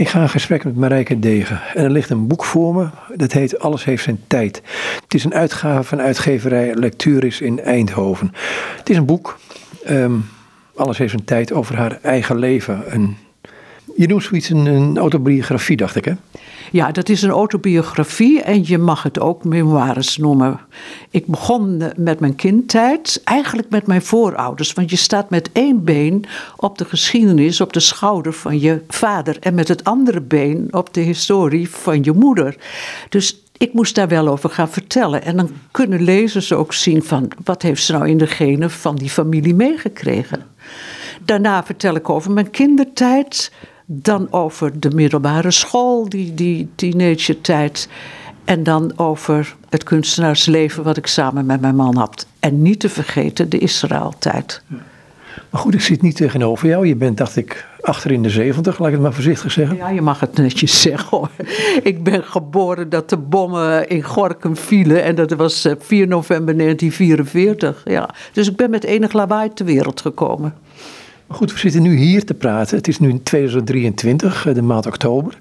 Ik ga in gesprek met Marijke Degen en er ligt een boek voor me, dat heet Alles heeft zijn tijd. Het is een uitgave van uitgeverij Lecturis in Eindhoven. Het is een boek, Alles heeft zijn tijd, over haar eigen leven. Je noemt zoiets een autobiografie, dacht ik, hè? Ja, dat is een autobiografie en je mag het ook memoires noemen. Ik begon met mijn kindtijd, eigenlijk met mijn voorouders. Want je staat met één been op de geschiedenis, op de schouder van je vader. En met het andere been op de historie van je moeder. Dus ik moest daar wel over gaan vertellen. En dan kunnen lezers ook zien van, wat heeft ze nou in de genen van die familie meegekregen. Daarna vertel ik over mijn kindertijd. Dan over de middelbare school, die teenagertijd. En dan over het kunstenaarsleven wat ik samen met mijn man had. En niet te vergeten de Israëltijd. Maar goed, ik zit niet tegenover jou. Je bent, dacht ik, achter in de 70, laat ik het maar voorzichtig zeggen. Ja, je mag het netjes zeggen hoor. Ik ben geboren dat de bommen in Gorinchem vielen. En dat was 4 november 1944. Ja. Dus ik ben met enig lawaai ter wereld gekomen. Goed, we zitten nu hier te praten. Het is nu 2023, de maand oktober.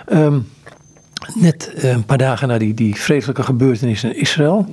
Net een paar dagen na die vreselijke gebeurtenissen in Israël.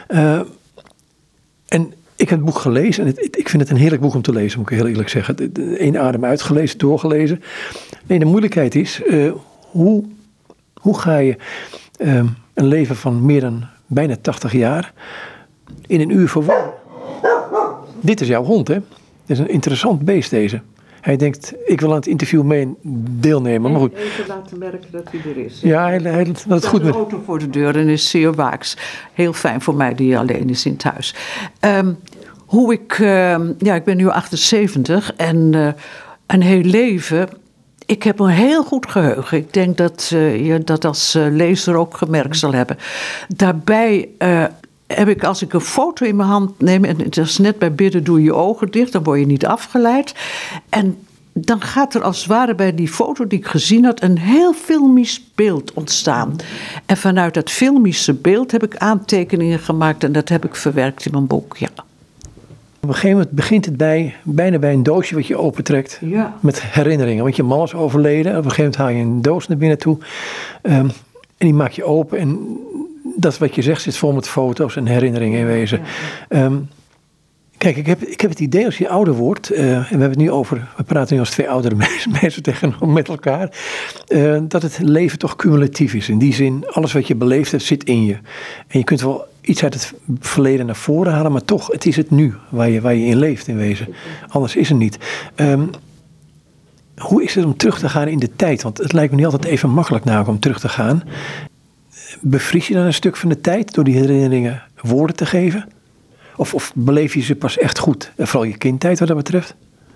En ik heb het boek gelezen en ik vind het een heerlijk boek om te lezen, moet ik heel eerlijk zeggen. Eén adem uitgelezen, doorgelezen. Nee, de moeilijkheid is, hoe ga je een leven van meer dan bijna 80 jaar in een uur verwoorden? Dit is jouw hond, hè? Het is een interessant beest deze. Hij denkt, ik wil aan het interview mee deelnemen. Maar goed. Even laten merken dat hij er is. Ja, hij doet het goed met. Er een auto voor de deur en is zeer waaks. Heel fijn voor mij die alleen is in het huis. Ik ben nu 78 en een heel leven. Ik heb een heel goed geheugen. Ik denk dat je dat als lezer ook gemerkt zal hebben. Daarbij heb ik, als ik een foto in mijn hand neem, en het is net bij bidden, doe je ogen dicht, dan word je niet afgeleid. En dan gaat er als het ware bij die foto die ik gezien had een heel filmisch beeld ontstaan. En vanuit dat filmische beeld heb ik aantekeningen gemaakt en dat heb ik verwerkt in mijn boek, ja. Op een gegeven moment begint het bijna bij een doosje wat je opentrekt, ja, met herinneringen. Want je man is overleden, op een gegeven moment haal je een doos naar binnen toe en die maak je open en dat wat je zegt zit vol met foto's en herinneringen in wezen. Ja. Kijk, ik heb het idee als je ouder wordt, en we hebben het nu over, we praten nu als twee oudere mensen tegenover met elkaar, dat het leven toch cumulatief is. In die zin, alles wat je beleefd hebt zit in je. En je kunt wel iets uit het verleden naar voren halen, maar toch, het is het nu waar je in leeft in wezen. Anders is het niet. Hoe is het om terug te gaan in de tijd? Want het lijkt me niet altijd even makkelijk namelijk om terug te gaan. Bevries je dan een stuk van de tijd door die herinneringen woorden te geven? Of beleef je ze pas echt goed? En vooral je kindtijd wat dat betreft?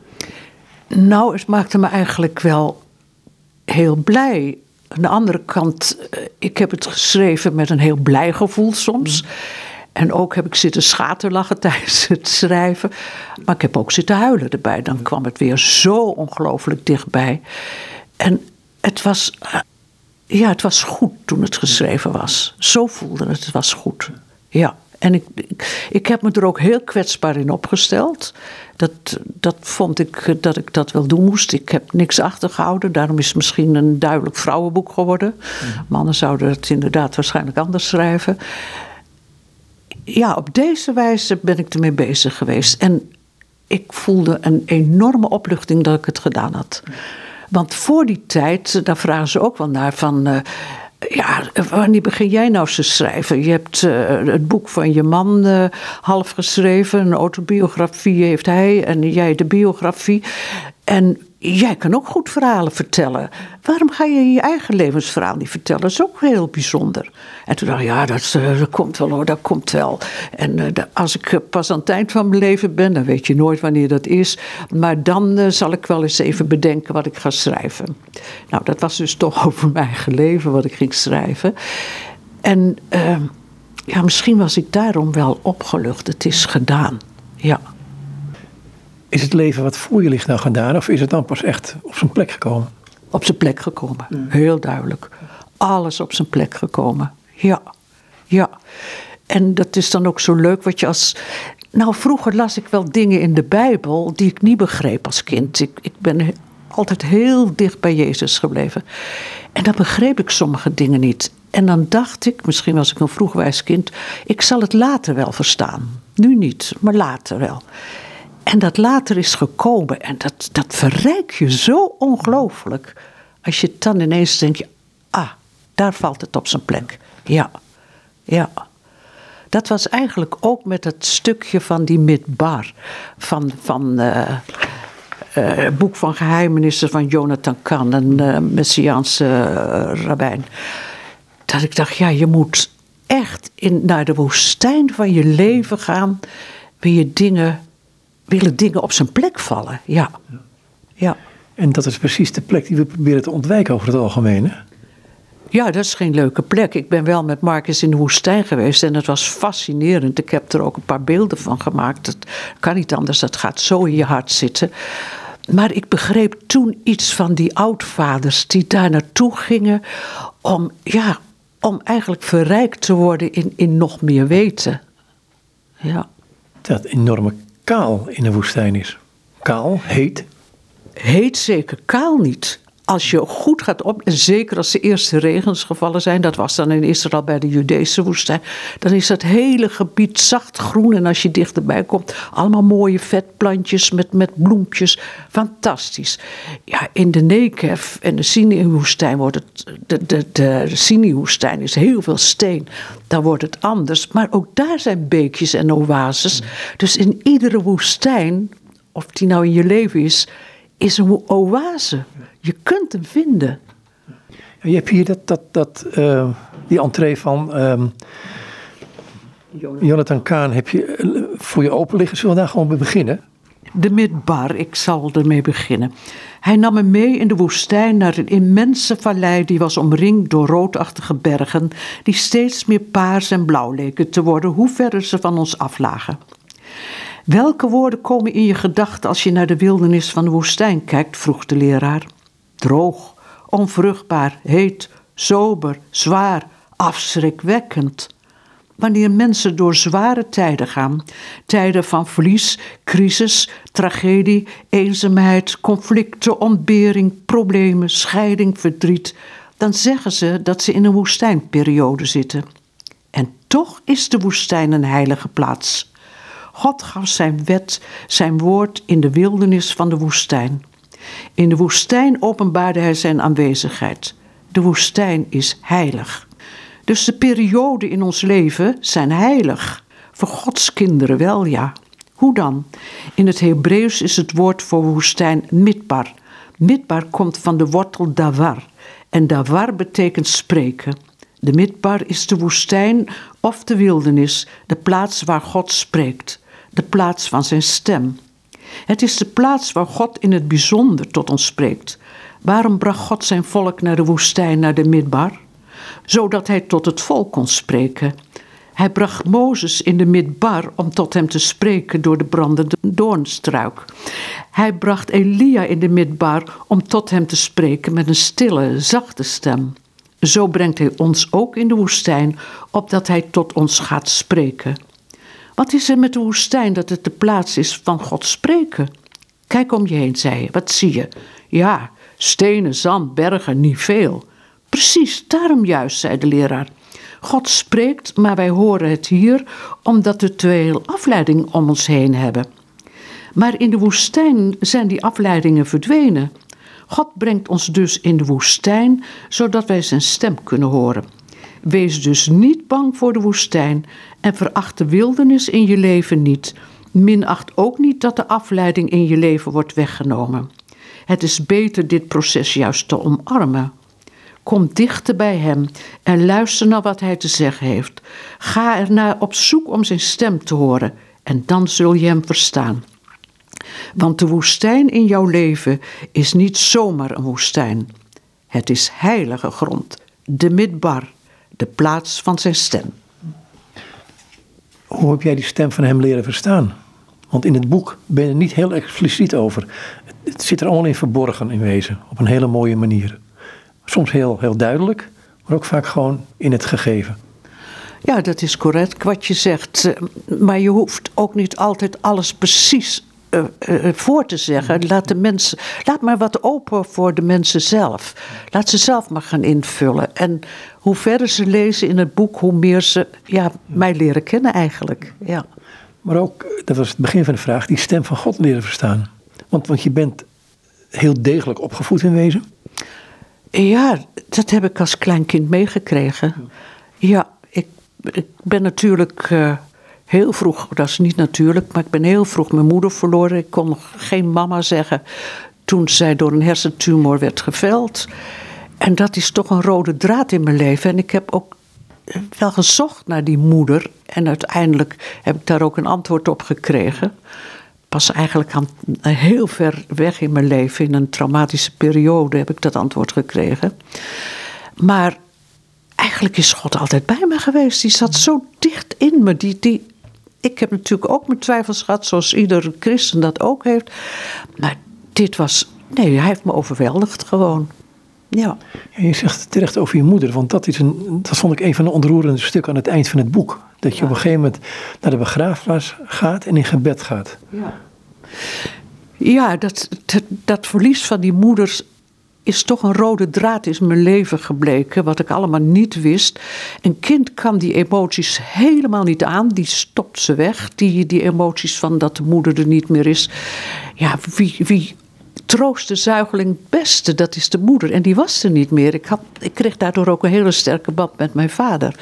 Nou, het maakte me eigenlijk wel heel blij. Aan de andere kant, ik heb het geschreven met een heel blij gevoel soms. En ook heb ik zitten schaterlachen tijdens het schrijven. Maar ik heb ook zitten huilen erbij. Dan kwam het weer zo ongelooflijk dichtbij. En het was goed toen het geschreven was. Zo voelde het was goed. Ja. En ik heb me er ook heel kwetsbaar in opgesteld. Dat vond ik dat ik dat wel doen moest. Ik heb niks achtergehouden. Daarom is het misschien een duidelijk vrouwenboek geworden. Mannen zouden het inderdaad waarschijnlijk anders schrijven. Ja, op deze wijze ben ik ermee bezig geweest. En ik voelde een enorme opluchting dat ik het gedaan had. Want voor die tijd, daar vragen ze ook wel naar van, wanneer begin jij nou te schrijven? Je hebt het boek van je man half geschreven. Een autobiografie heeft hij en jij de biografie. En jij kan ook goed verhalen vertellen. Waarom ga je je eigen levensverhaal niet vertellen? Dat is ook heel bijzonder. En toen dacht ik, dat komt wel hoor, dat komt wel. En als ik pas aan het eind van mijn leven ben, dan weet je nooit wanneer dat is. Maar dan zal ik wel eens even bedenken wat ik ga schrijven. Nou, dat was dus toch over mijn eigen leven wat ik ging schrijven. En misschien was ik daarom wel opgelucht. Het is gedaan, ja. Is het leven wat voor je ligt nou gedaan? Of is het dan pas echt op zijn plek gekomen? Op zijn plek gekomen, heel duidelijk. Alles op zijn plek gekomen, ja. En dat is dan ook zo leuk wat je als... Nou, vroeger las ik wel dingen in de Bijbel die ik niet begreep als kind. Ik ben altijd heel dicht bij Jezus gebleven. En dan begreep ik sommige dingen niet. En dan dacht ik, misschien was ik een vroegwijs kind, ik zal het later wel verstaan. Nu niet, maar later wel. En dat later is gekomen en dat verrijkt je zo ongelooflijk. Als je dan ineens denkt, daar valt het op zijn plek. Ja. Dat was eigenlijk ook met het stukje van die midbar. Van het boek van geheimenissen van Jonathan Cahn, een Messiaanse rabbijn. Dat ik dacht, je moet echt naar de woestijn van je leven gaan. Willen dingen op zijn plek vallen. Ja. En dat is precies de plek die we proberen te ontwijken over het algemeen, hè? Ja, dat is geen leuke plek. Ik ben wel met Marcus in de woestijn geweest en het was fascinerend. Ik heb er ook een paar beelden van gemaakt. Dat kan niet anders, dat gaat zo in je hart zitten. Maar ik begreep toen iets van die oudvaders die daar naartoe gingen om eigenlijk verrijkt te worden in nog meer weten. Ja. Dat enorme kaal in de woestijn is. Kaal, heet. Heet zeker, kaal niet. Als je goed gaat op, en zeker als de eerste regens gevallen zijn, dat was dan in Israël bij de Judese woestijn, dan is dat hele gebied zacht groen en als je dichterbij komt, allemaal mooie vetplantjes met bloempjes. Fantastisch. Ja, in de Negev en de Sinai-woestijn wordt het, de Sinai-woestijn is heel veel steen. Daar wordt het anders, maar ook daar zijn beekjes en oases. Dus in iedere woestijn, of die nou in je leven is een oase. Je kunt hem vinden. Je hebt hier die entree van Jonathan Cahn heb je voor je open liggen. Zullen we daar gewoon mee beginnen? De midbar, ik zal ermee beginnen. Hij nam me mee in de woestijn naar een immense vallei die was omringd door roodachtige bergen die steeds meer paars en blauw leken te worden hoe verder ze van ons aflagen. Welke woorden komen in je gedachten als je naar de wildernis van de woestijn kijkt, vroeg de leraar. Droog, onvruchtbaar, heet, sober, zwaar, afschrikwekkend. Wanneer mensen door zware tijden gaan, tijden van verlies, crisis, tragedie, eenzaamheid, conflicten, ontbering, problemen, scheiding, verdriet, dan zeggen ze dat ze in een woestijnperiode zitten. En toch is de woestijn een heilige plaats. God gaf zijn wet, zijn woord in de wildernis van de woestijn. In de woestijn openbaarde hij zijn aanwezigheid. De woestijn is heilig. Dus de perioden in ons leven zijn heilig. Voor Gods kinderen wel, ja. Hoe dan? In het Hebreeuws is het woord voor woestijn midbar. Midbar komt van de wortel dawar. En dawar betekent spreken. De midbar is de woestijn of de wildernis, de plaats waar God spreekt. De plaats van zijn stem. Het is de plaats waar God in het bijzonder tot ons spreekt. Waarom bracht God zijn volk naar de woestijn, naar de midbar? Zodat hij tot het volk kon spreken. Hij bracht Mozes in de midbar om tot hem te spreken door de brandende doornstruik. Hij bracht Elia in de midbar om tot hem te spreken met een stille, zachte stem. Zo brengt hij ons ook in de woestijn, opdat hij tot ons gaat spreken. Wat is er met de woestijn dat het de plaats is van God spreken? Kijk om je heen, zei hij. Wat zie je? Ja, stenen, zand, bergen, niet veel. Precies, daarom juist, zei de leraar. God spreekt, maar wij horen het hier omdat we te veel afleiding om ons heen hebben. Maar in de woestijn zijn die afleidingen verdwenen. God brengt ons dus in de woestijn, zodat wij zijn stem kunnen horen. Wees dus niet bang voor de woestijn en veracht de wildernis in je leven niet. Minacht ook niet dat de afleiding in je leven wordt weggenomen. Het is beter dit proces juist te omarmen. Kom dichter bij hem en luister naar wat hij te zeggen heeft. Ga ernaar op zoek om zijn stem te horen en dan zul je hem verstaan. Want de woestijn in jouw leven is niet zomaar een woestijn. Het is heilige grond, de midbar, de plaats van zijn stem. Hoe heb jij die stem van hem leren verstaan? Want in het boek ben je er niet heel expliciet over. Het zit er allemaal in verborgen in wezen, op een hele mooie manier. Soms heel, heel duidelijk, maar ook vaak gewoon in het gegeven. Ja, dat is correct wat je zegt. Maar je hoeft ook niet altijd alles precies voor te zeggen. Laat maar wat open voor de mensen zelf. Laat ze zelf maar gaan invullen. En hoe verder ze lezen in het boek, hoe meer ze mij leren kennen eigenlijk. Ja. Maar ook, dat was het begin van de vraag, die stem van God leren verstaan. Want je bent heel degelijk opgevoed in wezen. Ja, dat heb ik als klein kind meegekregen. Ja, ik ben natuurlijk heel vroeg, dat is niet natuurlijk, maar ik ben heel vroeg mijn moeder verloren. Ik kon nog geen mama zeggen toen zij door een hersentumor werd geveld. En dat is toch een rode draad in mijn leven. En ik heb ook wel gezocht naar die moeder. En uiteindelijk heb ik daar ook een antwoord op gekregen. Pas eigenlijk heel ver weg in mijn leven, in een traumatische periode, heb ik dat antwoord gekregen. Maar eigenlijk is God altijd bij me geweest. Die zat zo dicht in me. Ik heb natuurlijk ook mijn twijfels gehad, zoals ieder christen dat ook heeft. Maar hij heeft me overweldigd gewoon. Ja. Je zegt terecht over je moeder, want dat vond ik een van de ontroerende stukken aan het eind van het boek. Dat je op een gegeven moment naar de begraafplaats gaat en in gebed gaat. Ja, dat verlies van die moeders is toch een rode draad in mijn leven gebleken, wat ik allemaal niet wist. Een kind kan die emoties helemaal niet aan, die stopt ze weg. Die emoties van dat de moeder er niet meer is. Ja, wie troost de zuigeling het beste, dat is de moeder. En die was er niet meer. Ik kreeg daardoor ook een hele sterke band met mijn vader.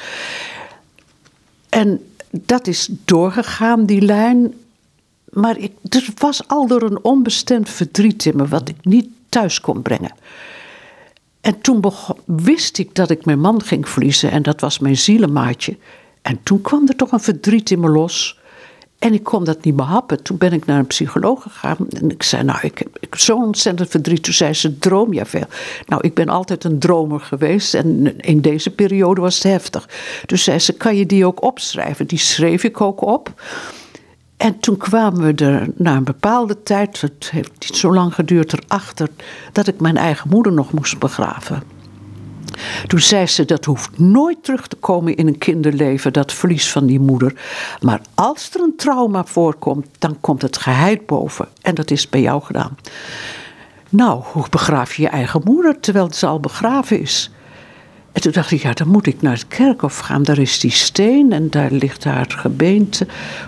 En dat is doorgegaan, die lijn. Maar er was al door een onbestemd verdriet in me, wat ik niet thuis kon brengen. En toen wist ik dat ik mijn man ging verliezen. En dat was mijn zielenmaatje. En toen kwam er toch een verdriet in me los. En ik kon dat niet behappen. Toen ben ik naar een psycholoog gegaan. En ik zei, ik heb zo'n ontzettend verdriet. Toen zei ze, droom jij veel? Nou, ik ben altijd een dromer geweest. En in deze periode was het heftig. Dus zei ze, kan je die ook opschrijven? Die schreef ik ook op. En toen kwamen we er na een bepaalde tijd, het heeft niet zo lang geduurd, erachter dat ik mijn eigen moeder nog moest begraven. Toen zei ze, dat hoeft nooit terug te komen in een kinderleven, dat verlies van die moeder. Maar als er een trauma voorkomt, dan komt het geheid boven. En dat is bij jou gedaan. Nou, hoe begraaf je je eigen moeder terwijl ze al begraven is? En toen dacht ik, dan moet ik naar het kerkhof gaan. Daar is die steen en daar ligt haar gebeente.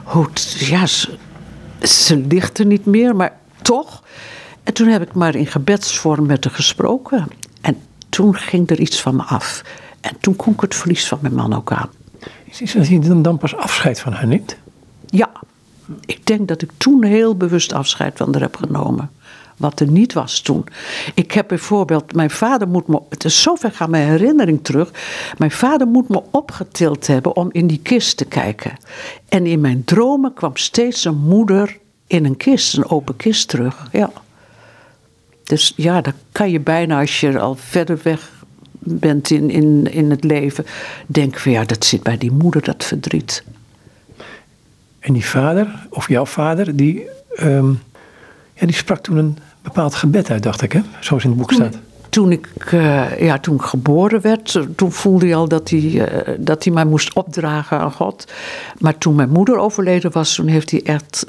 Ze ligt er niet meer, maar toch. En toen heb ik maar in gebedsvorm met haar gesproken. En toen ging er iets van me af. En toen kon ik het verlies van mijn man ook aan. Is het dat je dan pas afscheid van haar neemt? Ja, ik denk dat ik toen heel bewust afscheid van haar heb genomen. Wat er niet was toen. Ik heb bijvoorbeeld, mijn vader moet me, het is zover gaan mijn herinnering terug. Mijn vader moet me opgetild hebben om in die kist te kijken. En in mijn dromen kwam steeds een moeder in een kist, een open kist terug. Ja. Dus ja, dan kan je bijna, als je al verder weg bent in het leven, denken van dat zit bij die moeder, dat verdriet. En die vader, of jouw vader, die sprak toen een bepaald gebed uit, dacht ik, hè? Zoals in het boek staat. Toen ik geboren werd, toen voelde hij al dat hij mij moest opdragen aan God. Maar toen mijn moeder overleden was, toen heeft hij echt,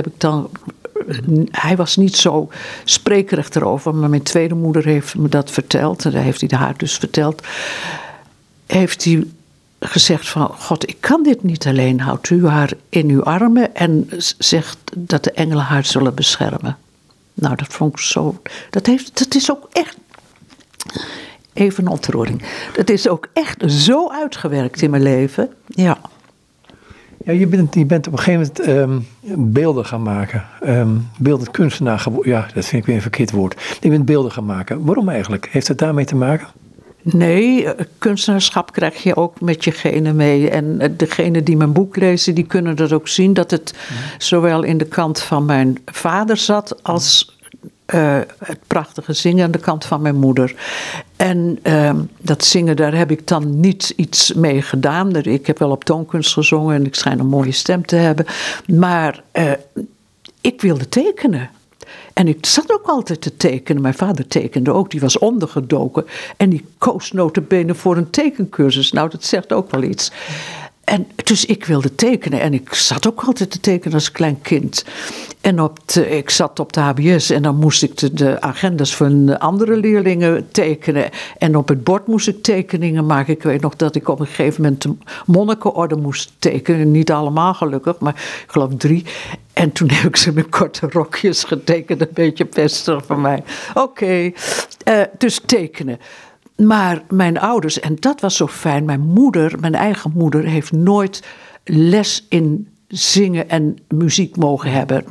hij was niet zo sprekerig erover, maar mijn tweede moeder heeft me dat verteld. En daar heeft hij haar dus verteld. Heeft hij gezegd van, God, ik kan dit niet alleen. Houdt u haar in uw armen en zegt dat de engelen haar zullen beschermen. Nou, dat vond ik zo. Dat is ook echt. Even een ontroering. Dat is ook echt zo uitgewerkt in mijn leven. Ja. Ja, je bent op een gegeven moment beelden gaan maken. Beeldend kunstenaar geworden. Ja, dat vind ik weer een verkeerd woord. Je bent beelden gaan maken. Waarom eigenlijk? Heeft het daarmee te maken? Nee, kunstenaarschap krijg je ook met je genen mee. En degenen die mijn boek lezen, die kunnen dat ook zien. Dat het zowel in de kant van mijn vader zat als het prachtige zingen aan de kant van mijn moeder. En dat zingen, daar heb ik dan niet iets mee gedaan. Ik heb wel op toonkunst gezongen en ik schijn een mooie stem te hebben. Maar ik wilde tekenen. En ik zat ook altijd te tekenen. Mijn vader tekende ook, die was ondergedoken. En die koos nota bene voor een tekencursus. Nou, dat zegt ook wel iets. En dus ik wilde tekenen. En ik zat ook altijd te tekenen als klein kind. En ik zat op de HBS en dan moest ik de agendas van andere leerlingen tekenen. En op het bord moest ik tekeningen maken. Ik weet nog dat ik op een gegeven moment de monnikenorde moest tekenen. Niet allemaal gelukkig, maar ik geloof 3. En toen heb ik ze met korte rokjes getekend. Een beetje pestig van mij. Oké, dus tekenen. Maar mijn ouders, en dat was zo fijn, mijn eigen moeder, heeft nooit les in zingen en muziek mogen hebben.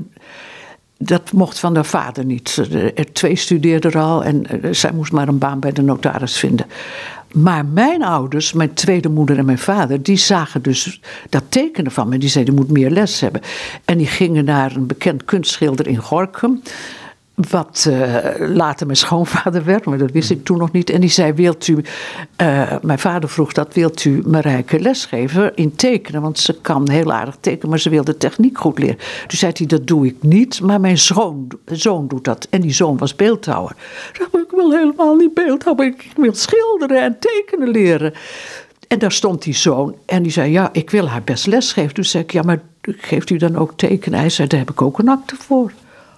Dat mocht van haar vader niet. 2 studeerden er al en zij moest maar een baan bij de notaris vinden. Maar mijn ouders, mijn tweede moeder en mijn vader, die zagen dus dat tekenen van me. Die zeiden, je moet meer les hebben. En die gingen naar een bekend kunstschilder in Gorinchem. Wat later mijn schoonvader werd, maar dat wist ik toen nog niet. En die zei, mijn vader vroeg dat, wilt u Marijke lesgeven in tekenen? Want ze kan heel aardig tekenen, maar ze wil de techniek goed leren. Toen zei hij, dat doe ik niet, maar mijn zoon doet dat. En die zoon was beeldhouwer. Ik wil helemaal niet beeldhouwen, ik wil schilderen en tekenen leren. En daar stond die zoon en die zei, ja, ik wil haar best lesgeven. Toen zei ik, ja, maar geeft u dan ook tekenen? Hij zei, daar heb ik ook een akte voor.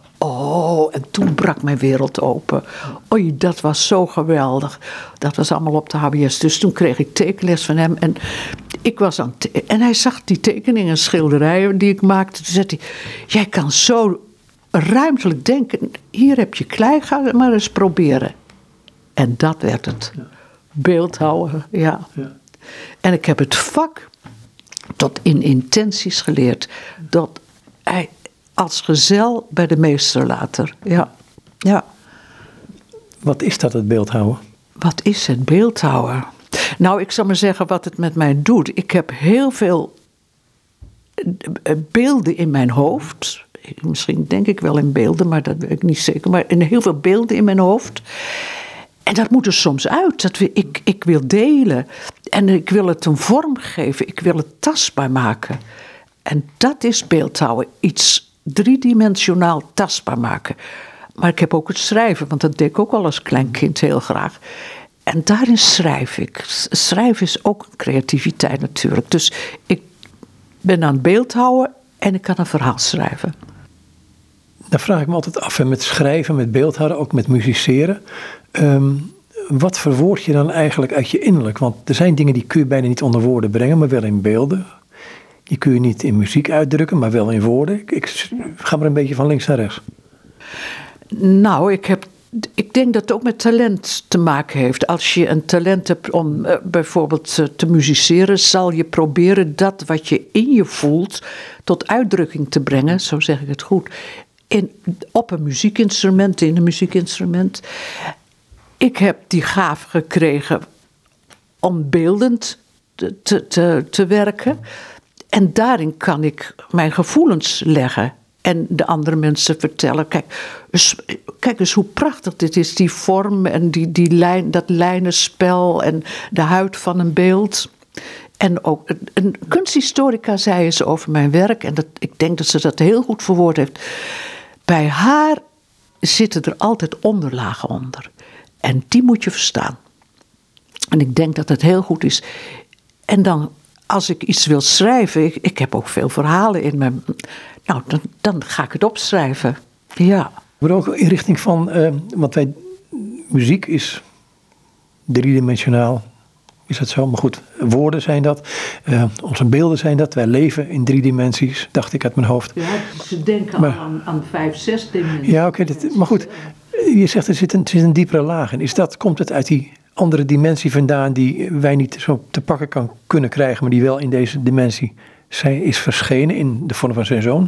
Oh, en toen brak mijn wereld open. Oei, dat was zo geweldig. Dat was allemaal op de HBS. Dus toen kreeg ik tekenles van hem. En ik was en hij zag die tekeningen en schilderijen die ik maakte. Toen zei hij, jij kan zo ruimtelijk denken. Hier heb je klei, ga het maar eens proberen. En dat werd het. Ja. Beeldhouwen, ja. En ik heb het vak tot in intenties geleerd. Dat hij... als gezel bij de meester later, ja. Wat is dat, het beeldhouden? Wat is het beeldhouden? Nou, ik zal maar zeggen wat het met mij doet. Ik heb heel veel beelden in mijn hoofd. Misschien denk ik wel in beelden, maar dat weet ik niet zeker. Maar heel veel beelden in mijn hoofd. En dat moet er soms uit. Ik wil delen. En ik wil het een vorm geven. Ik wil het tastbaar maken. En dat is beeldhouden. Iets 3-dimensionaal tastbaar maken. Maar ik heb ook het schrijven, want dat deed ik ook al als klein kind heel graag. En daarin schrijf ik. Schrijven is ook een creativiteit natuurlijk. Dus ik ben aan het beeldhouden en ik kan een verhaal schrijven. Dan vraag ik me altijd af, met schrijven, met beeldhouden, ook met musiceren. Wat verwoord je dan eigenlijk uit je innerlijk? Want er zijn dingen die kun je bijna niet onder woorden brengen, maar wel in beelden. Die kun je niet in muziek uitdrukken, maar wel in woorden. Ik ga maar een beetje van links naar rechts. Nou, ik denk dat het ook met talent te maken heeft. Als je een talent hebt om bijvoorbeeld te musiceren, zal je proberen dat wat je in je voelt tot uitdrukking te brengen, zo zeg ik het goed, op een muziekinstrument, in een muziekinstrument. Ik heb die gave gekregen om beeldend te werken. En daarin kan ik mijn gevoelens leggen en de andere mensen vertellen. Kijk eens hoe prachtig dit is, die vorm en dat lijnenspel en de huid van een beeld. En ook een kunsthistorica zei eens over mijn werk, en ik denk dat ze dat heel goed verwoord heeft. Bij haar zitten er altijd onderlagen onder. En die moet je verstaan. En ik denk dat het heel goed is. En dan, als ik iets wil schrijven, ik heb ook veel verhalen in me. Nou, dan ga ik het opschrijven. Ja. Maar ook in richting van, want muziek is driedimensionaal. Is dat zo? Maar goed, woorden zijn dat. Onze beelden zijn dat. Wij leven in 3 dimensies, dacht ik uit mijn hoofd. Ja, ze denken aan 5, 6 dimensies. Ja, oké. Maar goed, je zegt er zit een diepere laag in. Komt het uit die andere dimensie vandaan die wij niet zo te pakken kunnen krijgen, maar die wel in deze dimensie is verschenen in de vorm van zijn zoon?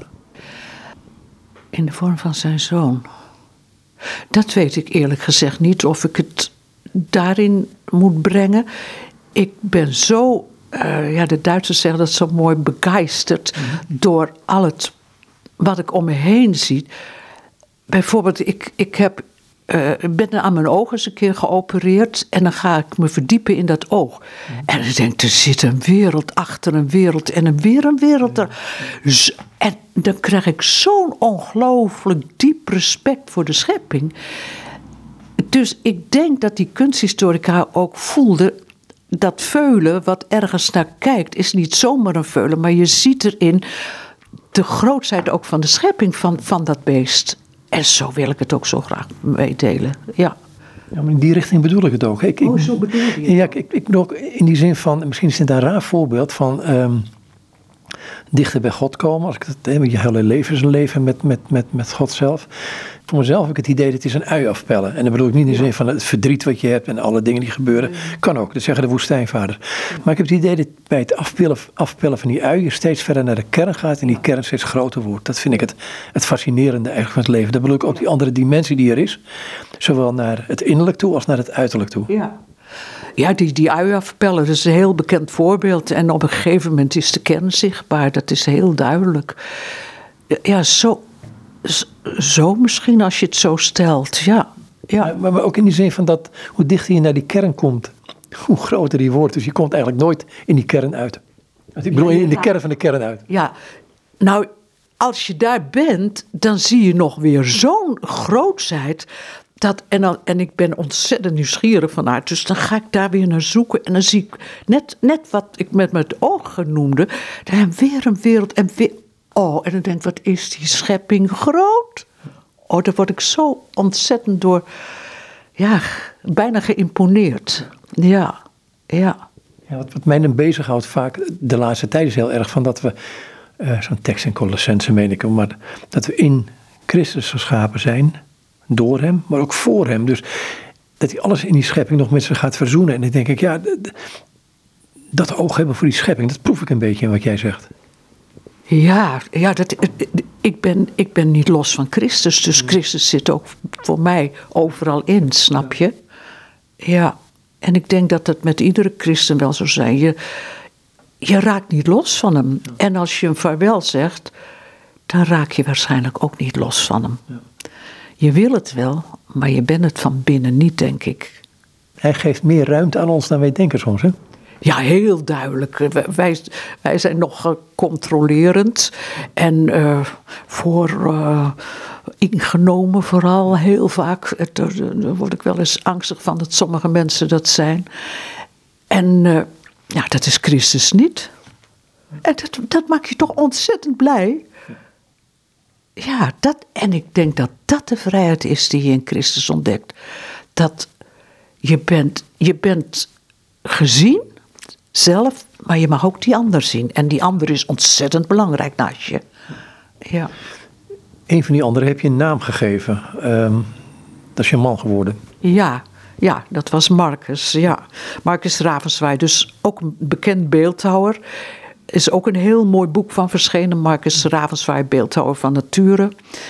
In de vorm van zijn zoon? Dat weet ik eerlijk gezegd niet, of ik het daarin moet brengen. Ik ben zo, de Duitsers zeggen dat zo mooi, begeisterd door al het wat ik om me heen zie. Bijvoorbeeld, ik ben aan mijn oog eens een keer geopereerd en dan ga ik me verdiepen in dat oog. En dan denk ik, er zit een wereld achter een wereld en weer een wereld er. En dan krijg ik zo'n ongelooflijk diep respect voor de schepping. Dus ik denk dat die kunsthistorica ook voelde, dat veulen wat ergens naar kijkt, is niet zomaar een veulen, maar je ziet erin de grootheid ook van de schepping van dat beest. En zo wil ik het ook zo graag meedelen. Ja. Ja, maar in die richting bedoel ik het ook. Zo bedoel je het? Ja, ik bedoel ook in die zin van, misschien is het een raar voorbeeld van dichter bij God komen. Als ik het, je hele leven is een leven met God zelf. Voor mezelf heb ik het idee dat het is een ui afpellen. En dan bedoel ik niet in de zin van het verdriet wat je hebt en alle dingen die gebeuren. Kan ook, dat zeggen de woestijnvaders. Maar ik heb het idee dat bij het afpellen van die ui je steeds verder naar de kern gaat en die kern steeds groter wordt. Dat vind ik het fascinerende eigenlijk van het leven. Dat bedoel ik ook die andere dimensie die er is. Zowel naar het innerlijk toe als naar het uiterlijk toe. Ja. Ja, die ui afpellen, dat is een heel bekend voorbeeld. En op een gegeven moment is de kern zichtbaar. Dat is heel duidelijk. Ja, zo misschien als je het zo stelt, ja. Maar ook in die zin van dat hoe dichter je naar die kern komt, hoe groter die wordt. Dus je komt eigenlijk nooit in die kern uit. Ik bedoel, in de kern van de kern uit. Ja, nou, als je daar bent, dan zie je nog weer zo'n grootheid. En ik ben ontzettend nieuwsgierig van aard. Dus dan ga ik daar weer naar zoeken. En dan zie ik net wat ik met mijn oog noemde. Dan weer een wereld en weer. Oh, en dan denk ik, wat is die schepping groot? Oh, daar word ik zo ontzettend door. Ja, bijna geïmponeerd. Ja. Wat mij dan bezighoudt vaak de laatste tijd is heel erg van dat we. Zo'n tekst in Colossenzen meen ik. Maar dat we in Christus geschapen zijn. Door hem, maar ook voor hem. Dus dat hij alles in die schepping nog met zich gaat verzoenen. En dan denk ik, dat oog hebben voor die schepping, dat proef ik een beetje in wat jij zegt. Ja, ik ben niet los van Christus. Dus Christus zit ook voor mij overal in, snap je? Ja, en ik denk dat het met iedere christen wel zo zijn. Je raakt niet los van hem. En als je hem vaarwel zegt, dan raak je waarschijnlijk ook niet los van hem. Ja. Je wil het wel, maar je bent het van binnen niet, denk ik. Hij geeft meer ruimte aan ons dan wij denken soms, hè? Ja, heel duidelijk. Wij zijn nog controlerend en ingenomen vooral heel vaak. Daar word ik wel eens angstig van dat sommige mensen dat zijn. En dat is Christus niet. En dat maakt je toch ontzettend blij. Ja, en ik denk dat dat de vrijheid is die je in Christus ontdekt. Dat je bent gezien, zelf, maar je mag ook die ander zien. En die ander is ontzettend belangrijk naast je. Ja. Een van die anderen heb je een naam gegeven. Dat is je man geworden. Ja, dat was Marcus. Ja. Marcus Ravenswaay, dus ook een bekend beeldhouwer. Is ook een heel mooi boek van verschenen. Marcus Ravenswaay, beeldhouwer van nature.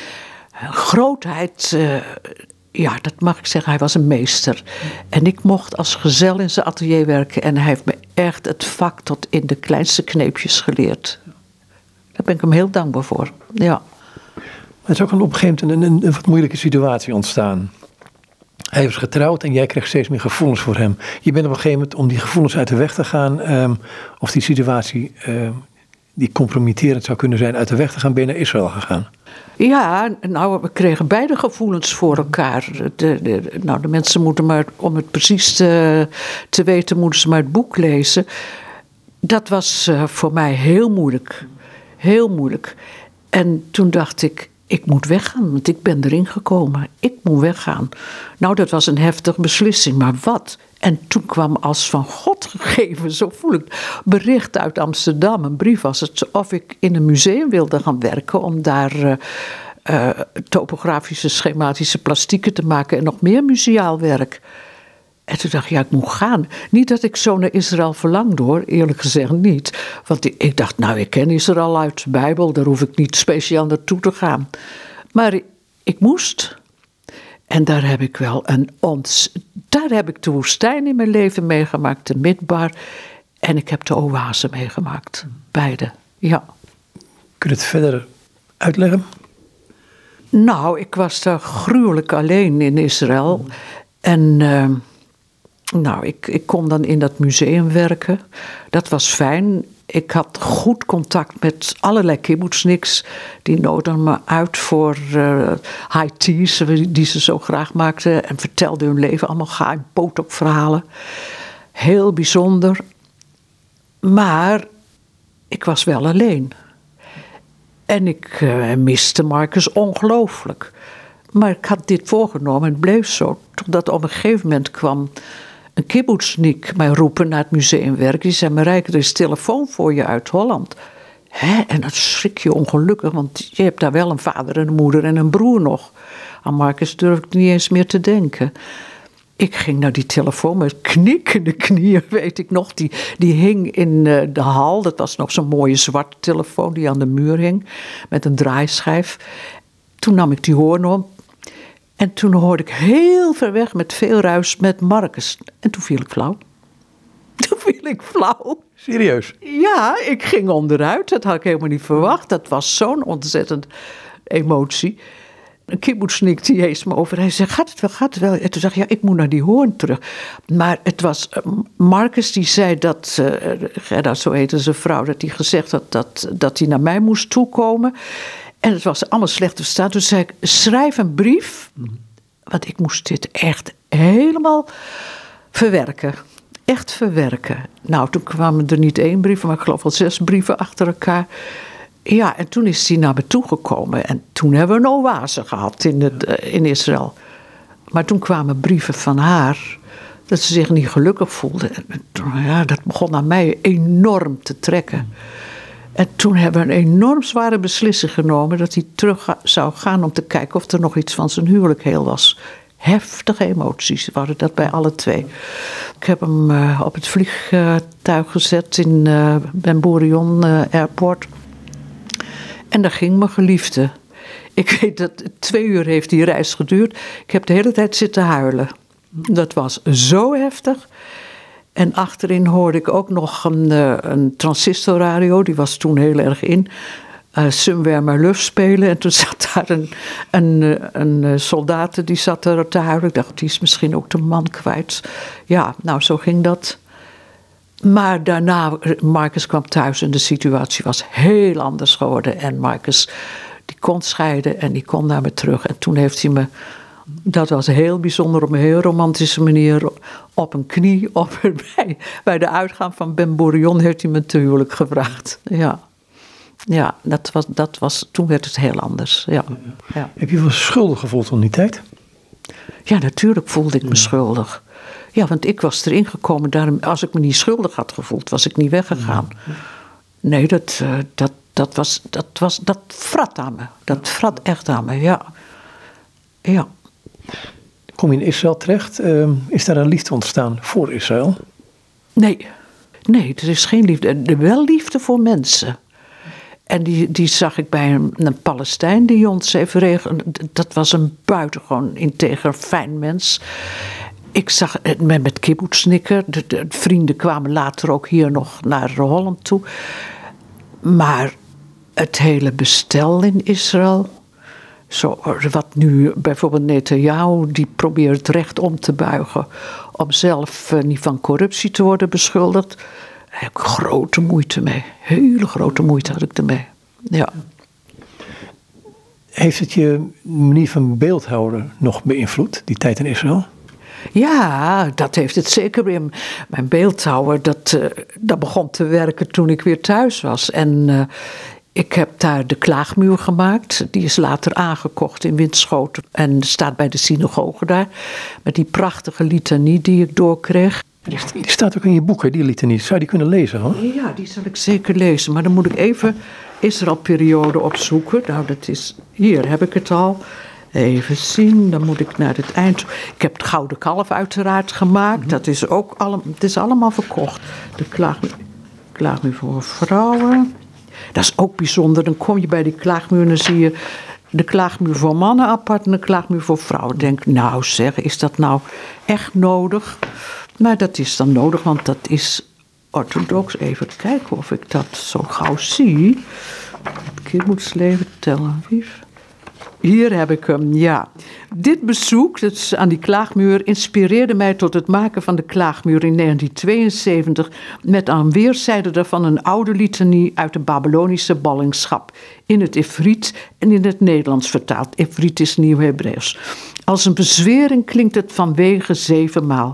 Grootheid, dat mag ik zeggen, hij was een meester. En ik mocht als gezel in zijn atelier werken. En hij heeft me echt het vak tot in de kleinste kneepjes geleerd. Daar ben ik hem heel dankbaar voor, ja. Er is ook op een gegeven moment een wat moeilijke situatie ontstaan. Hij was getrouwd en jij kreeg steeds meer gevoelens voor hem. Je bent op een gegeven moment om die gevoelens uit de weg te gaan, of die situatie die compromitterend zou kunnen zijn, uit de weg te gaan, ben je naar Israël gegaan. Ja, nou, we kregen beide gevoelens voor elkaar. De mensen moeten maar, om het precies te weten, moeten ze maar het boek lezen. Dat was voor mij heel moeilijk. Heel moeilijk. En toen dacht ik moet weggaan, want ik ben erin gekomen. Ik moet weggaan. Nou, dat was een heftige beslissing, maar wat? En toen kwam als van God gegeven, zo voel ik, bericht uit Amsterdam. Een brief was het of ik in een museum wilde gaan werken om daar topografische, schematische plastieken te maken en nog meer museaal werk. En toen dacht ik, ik moet gaan. Niet dat ik zo naar Israël verlangde hoor, eerlijk gezegd niet. Want ik dacht, ik ken Israël uit de Bijbel, daar hoef ik niet speciaal naartoe te gaan. Maar ik moest. En daar heb ik daar heb ik de woestijn in mijn leven meegemaakt, de Midbar. En ik heb de oase meegemaakt, beide, ja. Kun je het verder uitleggen? Nou, ik was daar gruwelijk alleen in Israël. En ik kon dan in dat museum werken. Dat was fijn. Ik had goed contact met allerlei kibbutzniks. Die nodigden me uit voor high teas die ze zo graag maakten. En vertelden hun leven allemaal ga- en pootopverhalen. Heel bijzonder. Maar ik was wel alleen. En ik miste Marcus ongelooflijk. Maar ik had dit voorgenomen en het bleef zo. Totdat op een gegeven moment kwam een kibbutznik mij roepen naar het museumwerk. Die zei, Marijke, er is telefoon voor je uit Holland. Hè? En dat schrik je ongelukkig, want je hebt daar wel een vader en een moeder en een broer nog. Aan Marcus durf ik niet eens meer te denken. Ik ging naar die telefoon met knikkende knieën, weet ik nog. Die hing in de hal. Dat was nog zo'n mooie zwarte telefoon die aan de muur hing. Met een draaischijf. Toen nam ik die hoorn om. En toen hoorde ik heel ver weg met veel ruis met Marcus. En toen viel ik flauw. Serieus? Ja, ik ging onderuit. Dat had ik helemaal niet verwacht. Dat was zo'n ontzettend emotie. Een kibbutznik die hees me over. Hij zei, gaat het wel? En toen zei ik, ja, ik moet naar die hoorn terug. Maar het was Marcus die zei dat, Gerda, zo heette zijn vrouw, dat hij gezegd had dat hij naar mij moest toekomen. En het was allemaal slecht te verstaan. Toen zei ik, schrijf een brief. Want ik moest dit echt helemaal verwerken. Echt verwerken. Nou, toen kwamen er niet 1 brief, maar ik geloof wel 6 brieven achter elkaar. Ja, en toen is hij naar me toegekomen. En toen hebben we een oase gehad in Israël. Maar toen kwamen brieven van haar dat ze zich niet gelukkig voelde. En ja, dat begon aan mij enorm te trekken. En toen hebben we een enorm zware beslissing genomen dat hij terug zou gaan om te kijken of er nog iets van zijn huwelijk heel was. Heftige emoties waren dat bij alle 2. Ik heb hem op het vliegtuig gezet in Ben Gurion Airport. En daar ging mijn geliefde. Ik weet dat 2 uur heeft die reis geduurd. Ik heb de hele tijd zitten huilen. Dat was zo heftig. En achterin hoorde ik ook nog een transistorradio. Die was toen heel erg in. Somewhere My Love spelen. En toen zat daar een soldaat die zat er te huilen. Ik dacht, die is misschien ook de man kwijt. Ja, nou zo ging dat. Maar daarna, Marcus kwam thuis en de situatie was heel anders geworden. En Marcus, die kon scheiden en die kon naar me terug. En toen heeft hij me, dat was heel bijzonder, op een heel romantische manier, op een knie, bij de uitgang van Ben Gurion heeft hij me te huwelijk gevraagd. Ja, dat was, toen werd het heel anders. Ja. Heb je wel schuldig gevoeld in die tijd? Ja, natuurlijk voelde ik me schuldig. Ja, want ik was erin gekomen. Daarom, als ik me niet schuldig had gevoeld, was ik niet weggegaan. Nee, dat vrat aan me. Dat vrat echt aan me, ja. Kom je in Israël terecht? Is daar een liefde ontstaan voor Israël? Nee, er is geen liefde. Wel liefde voor mensen. En die zag ik bij een Palestijn die ons even regelde. Dat was een buitengewoon integer, fijn mens. Ik zag met kibbutznikken. De vrienden kwamen later ook hier nog naar Holland toe. Maar het hele bestel in Israël. Zo, wat nu bijvoorbeeld Netanyahu, die probeert het recht om te buigen. Om zelf niet van corruptie te worden beschuldigd. Daar heb ik grote moeite mee. Hele grote moeite had ik ermee. Ja. Heeft het je manier van beeldhouden nog beïnvloed, die tijd in Israël? Ja, dat heeft het zeker weer. Mijn beeldhouwer, dat begon te werken toen ik weer thuis was. En ik heb daar de klaagmuur gemaakt. Die is later aangekocht in Winschoten. En staat bij de synagoge daar. Met die prachtige litanie die ik doorkreeg. Die staat ook in je boeken, die litanie. Zou je die kunnen lezen, hoor? Ja, die zal ik zeker lezen. Maar dan moet ik even Israël-periode opzoeken. Nou, dat is... Hier heb ik het al. Even zien, dan moet ik naar het eind. Ik heb het Gouden Kalf uiteraard gemaakt. Dat is ook het is allemaal verkocht. De klaagmuur voor vrouwen. Dat is ook bijzonder. Dan kom je bij die klaagmuur en dan zie je de klaagmuur voor mannen apart en de klaagmuur voor vrouwen. Denk, nou zeg, is dat nou echt nodig? Maar dat is dan nodig, want dat is orthodox. Even kijken of ik dat zo gauw zie. Het kibbutzleven Tel Aviv. Hier heb ik hem, ja. Dit bezoek, dat is aan die klaagmuur, inspireerde mij tot het maken van de klaagmuur in 1972... met aan weerszijden daarvan een oude litanie uit de Babylonische ballingschap... in het Ivriet en in het Nederlands vertaald. Ivriet is Nieuw-Hebreeuws. Als een bezwering klinkt het vanwege 7 maal.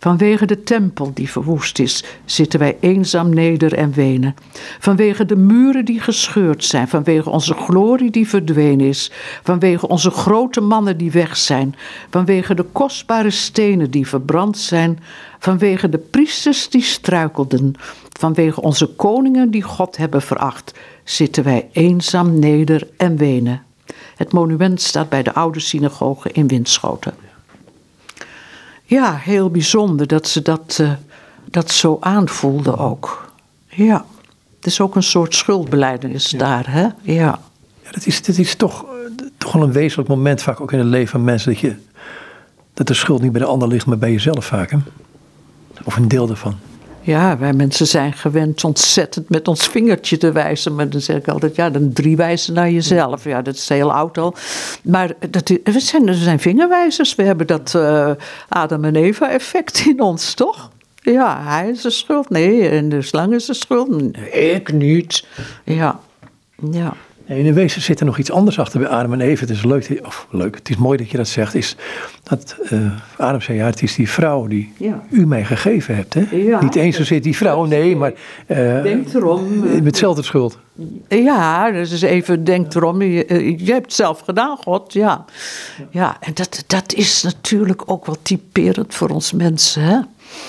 Vanwege de tempel die verwoest is, zitten wij eenzaam neder en wenen. Vanwege de muren die gescheurd zijn, vanwege onze glorie die verdwenen is, vanwege onze grote mannen die weg zijn, vanwege de kostbare stenen die verbrand zijn, vanwege de priesters die struikelden, vanwege onze koningen die God hebben veracht, zitten wij eenzaam neder en wenen. Het monument staat bij de oude synagoge in Winschoten. Ja, heel bijzonder dat ze dat zo aanvoelde ook. Ja, het is ook een soort schuldbelijdenis daar, hè? Ja. Dat is toch wel een wezenlijk moment vaak ook in het leven van mensen, dat de schuld niet bij de ander ligt, maar bij jezelf vaak, hè? Of een deel ervan. Ja, wij mensen zijn gewend ontzettend met ons vingertje te wijzen. Maar dan zeg ik altijd, ja, dan 3 wijzen naar jezelf. Ja, dat is heel oud al. Maar we zijn vingerwijzers. We hebben dat Adam en Eva effect in ons, toch? Ja, hij is de schuld. Nee, en de slang is de schuld. Nee, ik niet. Ja. In de wezen zit er nog iets anders achter bij Adam en Eva. Het is leuk, het is mooi dat je dat zegt. Is dat Adam zei, ja, het is die vrouw die u mij gegeven hebt. Hè? Ja, niet eens zozeer die vrouw, nee, maar denk erom. Met hetzelfde schuld. Ja, dus even denk erom. Je hebt het zelf gedaan, God. Ja, en dat is natuurlijk ook wel typerend voor ons mensen, hè?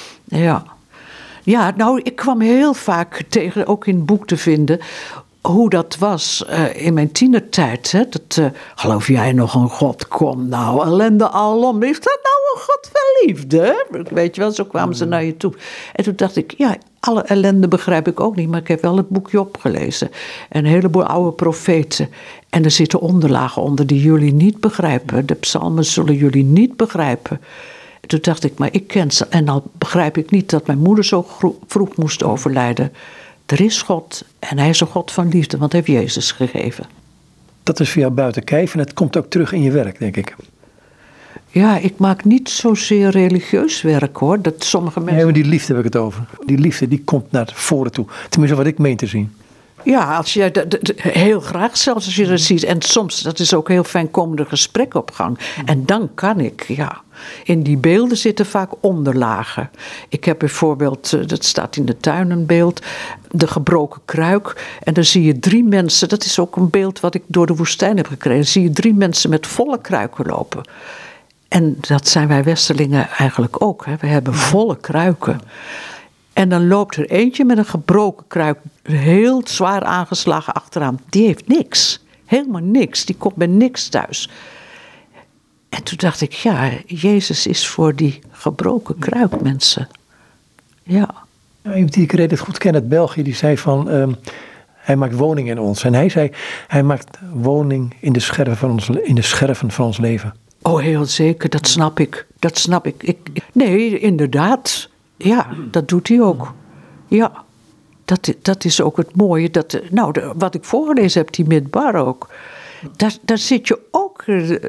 Ja, nou, ik kwam heel vaak tegen, ook in het boek te vinden, hoe dat was in mijn tienertijd. Hè? Geloof jij nog een God? Kom nou, ellende alom. Is dat nou een God van liefde? Weet je wel, zo kwamen ze naar je toe. En toen dacht ik, ja, alle ellende begrijp ik ook niet, maar ik heb wel het boekje opgelezen. En een heleboel oude profeten. En er zitten onderlagen onder die jullie niet begrijpen. De psalmen zullen jullie niet begrijpen. En toen dacht ik, maar ik ken ze. En dan begrijp ik niet dat mijn moeder zo vroeg moest overlijden. Er is God en hij is een God van liefde, want hij heeft Jezus gegeven. Dat is voor jou buiten kijf en het komt ook terug in je werk, denk ik. Ja, ik maak niet zozeer religieus werk, hoor. Dat sommige mensen... Nee, maar die liefde heb ik het over. Die liefde die komt naar voren toe. Tenminste, wat ik meen te zien. Ja, als je heel graag zelfs als je dat ziet. En soms, dat is ook heel fijn, komen er gesprekken op gang. En dan kan ik, ja. In die beelden zitten vaak onderlagen. Ik heb bijvoorbeeld, dat staat in de tuin een beeld, de gebroken kruik. En dan zie je 3 mensen, dat is ook een beeld wat ik door de woestijn heb gekregen. Dan zie je 3 mensen met volle kruiken lopen. En dat zijn wij Westerlingen eigenlijk ook. Hè. We hebben volle kruiken. En dan loopt er eentje met een gebroken kruik, heel zwaar aangeslagen achteraan. Die heeft niks, helemaal niks. Die komt bij niks thuis. En toen dacht ik, ja, Jezus is voor die gebroken kruik mensen. Ja. Iemand die ik redelijk goed ken uit België, die zei van, hij maakt woning in ons. En hij zei, hij maakt woning in de scherven van ons leven. Oh, heel zeker, dat snap ik. Nee, inderdaad. Ja, dat doet hij ook. Ja, dat is ook het mooie. Wat ik voorgelezen heb, die Midbar ook. Daar zit je ook,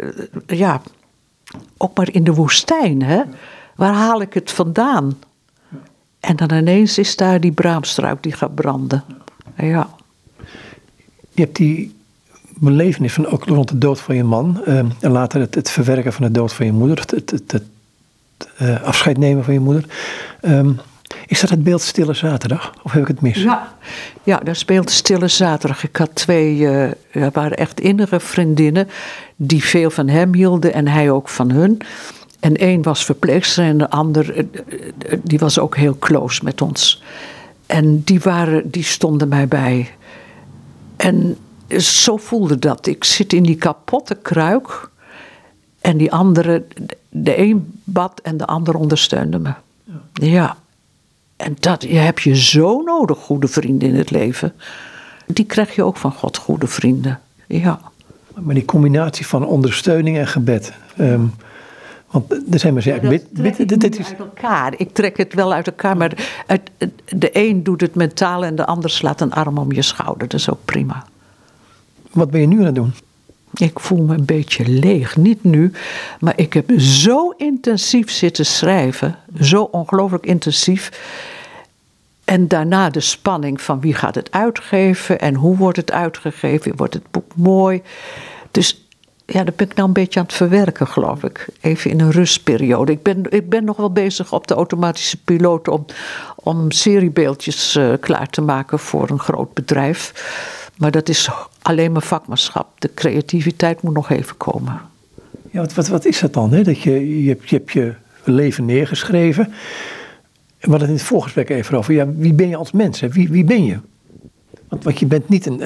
ook maar in de woestijn. Hè? Waar haal ik het vandaan? En dan ineens is daar die braamstruik die gaat branden. Ja. Je hebt die belevenis van ook rond de dood van je man. En later het verwerken van de dood van je moeder. Het afscheid nemen van je moeder. Is dat het beeld Stille Zaterdag? Of heb ik het mis? Ja, daar speelt Stille Zaterdag. Ik had 2, waren echt innige vriendinnen die veel van hem hielden en hij ook van hun. En 1 was verpleegster en de ander, die was ook heel close met ons. En die stonden mij bij. En zo voelde dat. Ik zit in die kapotte kruik en die andere, de een bad en de ander ondersteunde me. Ja. En je heb je zo nodig, goede vrienden in het leven. Die krijg je ook van God, goede vrienden. Ja. Maar die combinatie van ondersteuning en gebed. Want er zijn mensen uit elkaar. Ik trek het wel uit elkaar, maar de een doet het mentaal en de ander slaat een arm om je schouder. Dat is ook prima. Wat ben je nu aan het doen? Ik voel me een beetje leeg. Niet nu, maar ik heb zo intensief zitten schrijven. Zo ongelooflijk intensief. En daarna de spanning van wie gaat het uitgeven en hoe wordt het uitgegeven. Wordt het boek mooi? Dus Ja, dat ben ik nou een beetje aan het verwerken, geloof ik. Even in een rustperiode. Ik ben nog wel bezig op de automatische piloot om seriebeeldjes klaar te maken voor een groot bedrijf. Maar dat is alleen maar vakmanschap. De creativiteit moet nog even komen. Ja, wat is dat dan? Hè? Dat je hebt je leven neergeschreven. We hadden het in het voorgesprek even over. Ja, wie ben je als mens? Hè? Wie ben je? Want je bent niet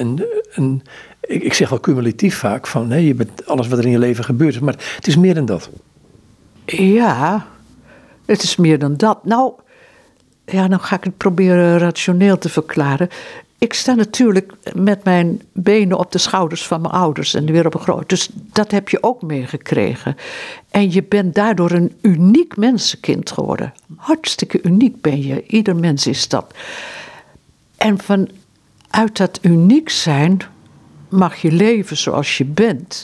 ik zeg wel cumulatief vaak, van je bent alles wat er in je leven gebeurt, maar het is meer dan dat. Ja, het is meer dan dat. Nou ga ik het proberen rationeel te verklaren. Ik sta natuurlijk met mijn benen op de schouders van mijn ouders en weer op een groot. Dus dat heb je ook meegekregen. En je bent daardoor een uniek mensenkind geworden. Hartstikke uniek ben je. Ieder mens is dat. En vanuit dat uniek zijn mag je leven zoals je bent.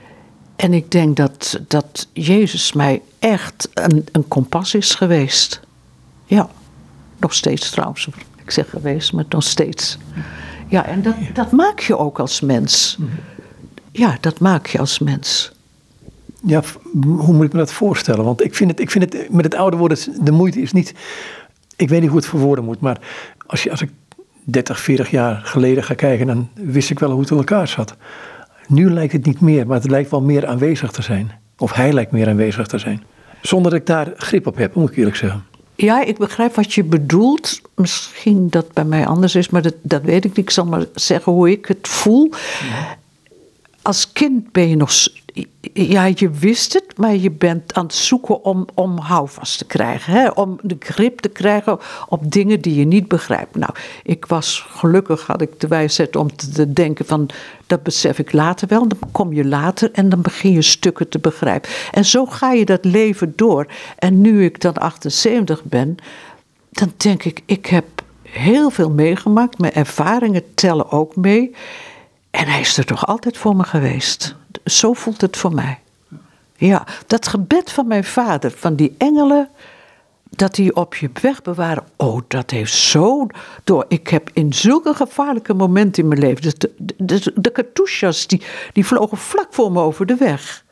En ik denk dat Jezus mij echt een kompas is geweest. Ja, nog steeds trouwens. Ik zeg geweest, maar nog steeds. Ja, en dat maak je ook als mens. Ja, dat maak je als mens. Ja, hoe moet ik me dat voorstellen? Want ik vind het met het ouder worden, de moeite is niet. Ik weet niet hoe het verwoorden moet, maar als ik 30, 40 jaar geleden ga kijken, dan wist ik wel hoe het in elkaar zat. Nu lijkt het niet meer, maar het lijkt wel meer aanwezig te zijn. Of hij lijkt meer aanwezig te zijn. Zonder dat ik daar grip op heb, moet ik eerlijk zeggen. Ja, ik begrijp wat je bedoelt. Misschien dat bij mij anders is, maar dat weet ik niet. Ik zal maar zeggen hoe ik het voel. Ja. Als kind ben je nog. Ja, je wist het, maar je bent aan het zoeken om houvast te krijgen. Hè? Om de grip te krijgen op dingen die je niet begrijpt. Nou, gelukkig had ik de wijsheid om te denken van, dat besef ik later wel. Dan kom je later en dan begin je stukken te begrijpen. En zo ga je dat leven door. En nu ik dan 78 ben, dan denk ik heb heel veel meegemaakt. Mijn ervaringen tellen ook mee. En hij is er toch altijd voor me geweest. Zo voelt het voor mij. Ja, dat gebed van mijn vader, van die engelen, dat die op je weg bewaren. Oh, dat heeft zo door. Ik heb in zulke gevaarlijke momenten in mijn leven. De Katusha's, die vlogen vlak voor me over de weg.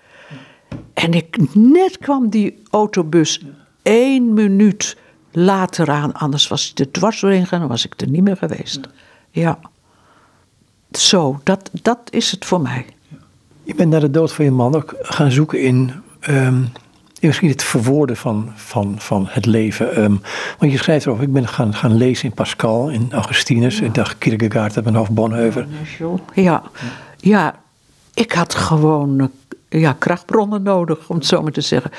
En net kwam die autobus 1 minuut later aan. Anders was hij er dwars doorheen gegaan, dan was ik er niet meer geweest. Ja. Zo, dat is het voor mij. Je bent na de dood van je man ook gaan zoeken in misschien het verwoorden van het leven. Want je schrijft erover, ik ben gaan lezen in Pascal, in Augustinus. Ik dacht Kierkegaard op mijn hoofd, Bonhoeffer. Ja, ik had gewoon krachtbronnen nodig, om het zo maar te zeggen.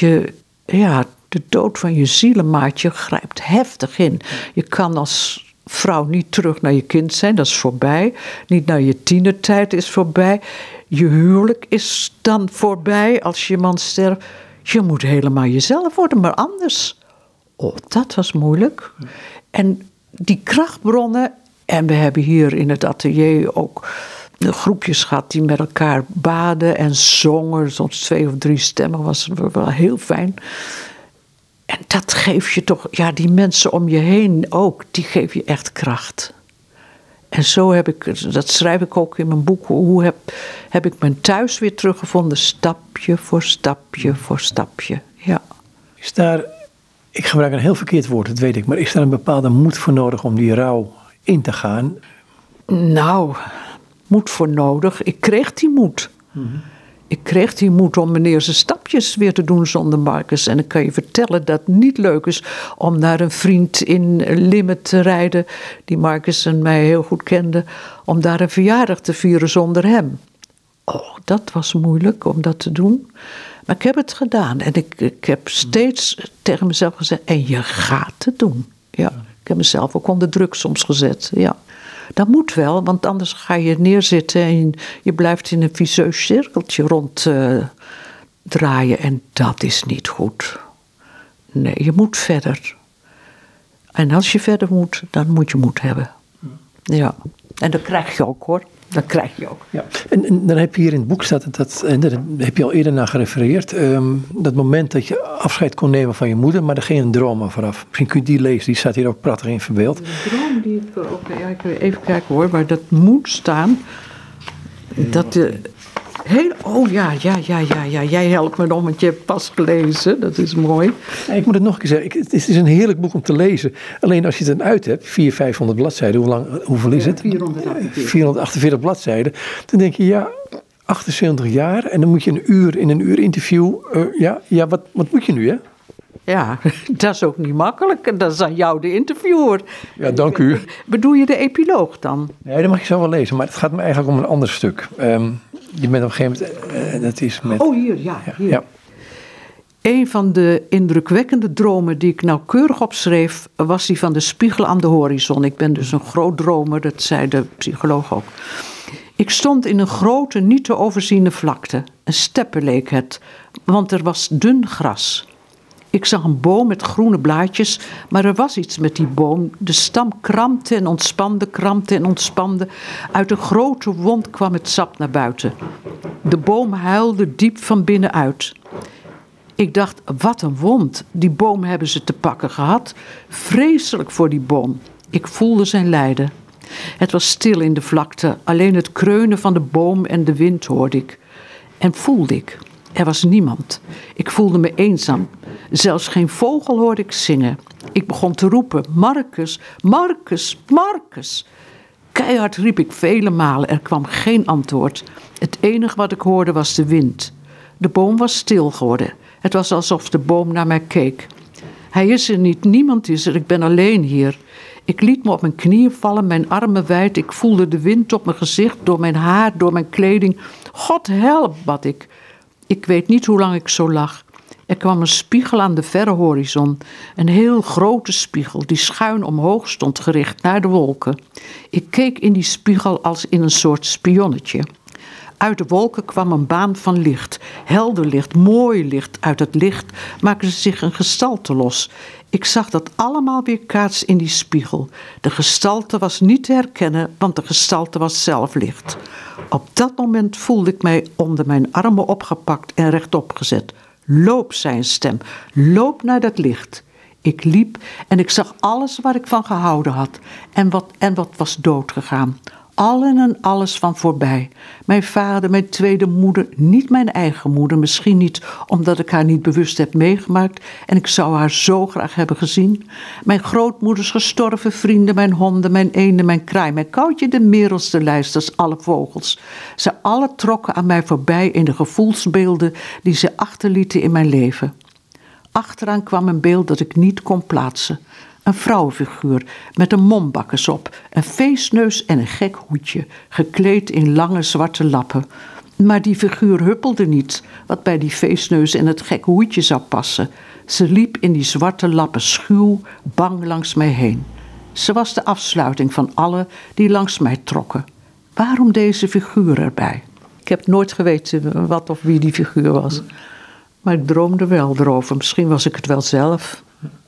De dood van je zielenmaatje grijpt heftig in. Je kan als vrouw niet terug naar je kind zijn, dat is voorbij. Niet naar je tienertijd is voorbij. Je huwelijk is dan voorbij als je man sterft. Je moet helemaal jezelf worden, maar anders. Oh, dat was moeilijk. En die krachtbronnen, en we hebben hier in het atelier ook groepjes gehad die met elkaar baden en zongen. Soms 2 of 3 stemmen, was wel heel fijn. En dat geeft je toch, die mensen om je heen ook, die geven je echt kracht. En zo dat schrijf ik ook in mijn boek, hoe heb ik mijn thuis weer teruggevonden, stapje voor stapje voor stapje. Ja. Is daar, ik gebruik een heel verkeerd woord, dat weet ik, maar is daar een bepaalde moed voor nodig om die rouw in te gaan? Nou, moed voor nodig. Ik kreeg die moed. Mm-hmm. Ik kreeg die moed om mijn eerste stapjes weer te doen zonder Marcus. En ik kan je vertellen dat het niet leuk is om naar een vriend in Limmen te rijden, die Marcus en mij heel goed kende, om daar een verjaardag te vieren zonder hem. Oh, dat was moeilijk om dat te doen. Maar ik heb het gedaan. En ik heb steeds tegen mezelf gezegd, en je gaat het doen. Ja, ik heb mezelf ook onder druk soms gezet, ja. Dat moet wel, want anders ga je neerzitten en je blijft in een vicieuze cirkeltje rond draaien. En dat is niet goed. Nee, je moet verder. En als je verder moet, dan moet je moed hebben. Ja, en dat krijg je ook, hoor. Dat krijg je ook. Ja. En dan heb je hier in het boek staat, en daar heb je al eerder naar gerefereerd, dat moment dat je afscheid kon nemen van je moeder, maar er ging een droom aan vooraf. Misschien kun je die lezen, die staat hier ook prachtig in verbeeld. De droom die ik ook, ik wil even kijken hoor, waar dat moet staan. Ja. Jij helpt me nog, want je hebt pas gelezen. Dat is mooi. Ja, ik moet het nog een keer zeggen. Het is een heerlijk boek om te lezen. Alleen als je het dan uit hebt, 400, 500 bladzijden. Hoeveel is het? 448 bladzijden. Dan denk je, 78 jaar. En dan moet je in een uur interview. Wat moet je nu, hè? Ja, dat is ook niet makkelijk. En dat is aan jou de interviewer. Ja, dank u. Bedoel je de epiloog dan? Nee, dat mag je zo wel lezen. Maar het gaat me eigenlijk om een ander stuk. Je bent op een gegeven moment... dat is met... Oh, hier. Ja. Een van de indrukwekkende dromen die ik nauwkeurig opschreef... was die van de spiegel aan de horizon. Ik ben dus een groot dromer, dat zei de psycholoog ook. Ik stond in een grote, niet te overziene vlakte. Een steppe leek het, want er was dun gras. Ik zag een boom met groene blaadjes, maar er was iets met die boom. De stam krampte en ontspande. Uit een grote wond kwam het sap naar buiten. De boom huilde diep van binnenuit. Ik dacht, wat een wond. Die boom hebben ze te pakken gehad. Vreselijk voor die boom. Ik voelde zijn lijden. Het was stil in de vlakte. Alleen het kreunen van de boom en de wind hoorde ik. En voelde ik. Er was niemand. Ik voelde me eenzaam. Zelfs geen vogel hoorde ik zingen. Ik begon te roepen, Marcus, Marcus, Marcus. Keihard riep ik vele malen. Er kwam geen antwoord. Het enige wat ik hoorde was de wind. De boom was stil geworden. Het was alsof de boom naar mij keek. Hij is er niet, niemand is er, ik ben alleen hier. Ik liet me op mijn knieën vallen, mijn armen wijd. Ik voelde de wind op mijn gezicht, door mijn haar, door mijn kleding. God help, bad ik. Ik weet niet hoe lang ik zo lag. Er kwam een spiegel aan de verre horizon. Een heel grote spiegel die schuin omhoog stond gericht naar de wolken. Ik keek in die spiegel als in een soort spionnetje. Uit de wolken kwam een baan van licht. Helder licht, mooi licht. Uit het licht maakte zich een gestalte los. Ik zag dat allemaal weer kaats in die spiegel. De gestalte was niet te herkennen, want de gestalte was zelf licht. Op dat moment voelde ik mij onder mijn armen opgepakt en rechtop gezet. Loop, zei een stem. Loop naar dat licht. Ik liep en ik zag alles waar ik van gehouden had. En wat was doodgegaan. Allen en alles van voorbij. Mijn vader, mijn tweede moeder, niet mijn eigen moeder. Misschien niet omdat ik haar niet bewust heb meegemaakt. En ik zou haar zo graag hebben gezien. Mijn grootmoeders gestorven vrienden, mijn honden, mijn eenden, mijn kraai, mijn koutje, de merels, de lijsters, alle vogels. Ze alle trokken aan mij voorbij in de gevoelsbeelden die ze achterlieten in mijn leven. Achteraan kwam een beeld dat ik niet kon plaatsen. Een vrouwenfiguur met een mombakkes op, een feestneus en een gek hoedje, gekleed in lange zwarte lappen. Maar die figuur huppelde niet, wat bij die feestneus en het gekke hoedje zou passen. Ze liep in die zwarte lappen schuw, bang langs mij heen. Ze was de afsluiting van allen die langs mij trokken. Waarom deze figuur erbij? Ik heb nooit geweten wat of wie die figuur was. Maar ik droomde wel erover. Misschien was ik het wel zelf.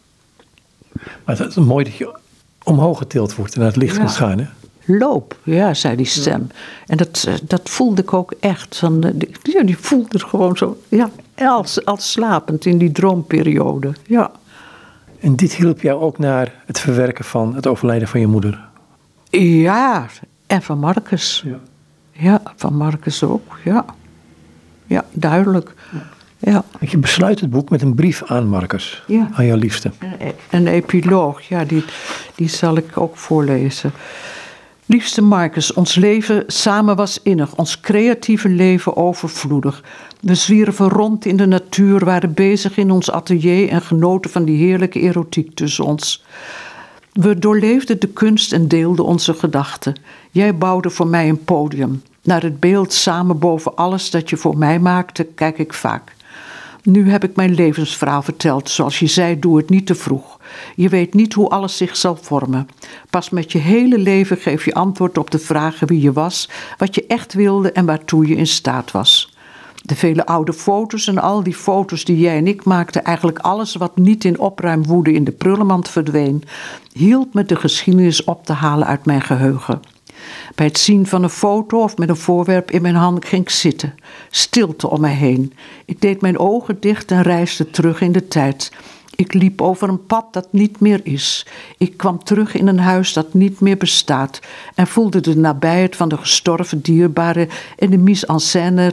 Maar het is mooi dat je omhoog getild wordt en naar het licht kan gaan, hè? Loop, ja, zei die stem. En dat voelde ik ook echt. Die voelde het gewoon zo, ja, als slapend in die droomperiode, ja. En dit hielp jou ook naar het verwerken van het overlijden van je moeder? Ja, en van Marcus. Ja, van Marcus ook, ja. Ja, duidelijk. Ja. Je besluit het boek met een brief aan Marcus, aan jouw liefste. Een epiloog, ja, die zal ik ook voorlezen. Liefste Marcus, ons leven samen was innig, ons creatieve leven overvloedig. We zwierven rond in de natuur, waren bezig in ons atelier en genoten van die heerlijke erotiek tussen ons. We doorleefden de kunst en deelden onze gedachten. Jij bouwde voor mij een podium. Naar het beeld samen boven alles dat je voor mij maakte, kijk ik vaak. Nu heb ik mijn levensverhaal verteld. Zoals je zei, doe het niet te vroeg. Je weet niet hoe alles zich zal vormen. Pas met je hele leven geef je antwoord op de vragen wie je was, wat je echt wilde en waartoe je in staat was. De vele oude foto's en al die foto's die jij en ik maakten, eigenlijk alles wat niet in opruimwoede in de prullenmand verdween, hielp me de geschiedenis op te halen uit mijn geheugen. Bij het zien van een foto of met een voorwerp in mijn hand ging ik zitten. Stilte om mij heen. Ik deed mijn ogen dicht en reisde terug in de tijd. Ik liep over een pad dat niet meer is. Ik kwam terug in een huis dat niet meer bestaat en voelde de nabijheid van de gestorven dierbare en de mise en scène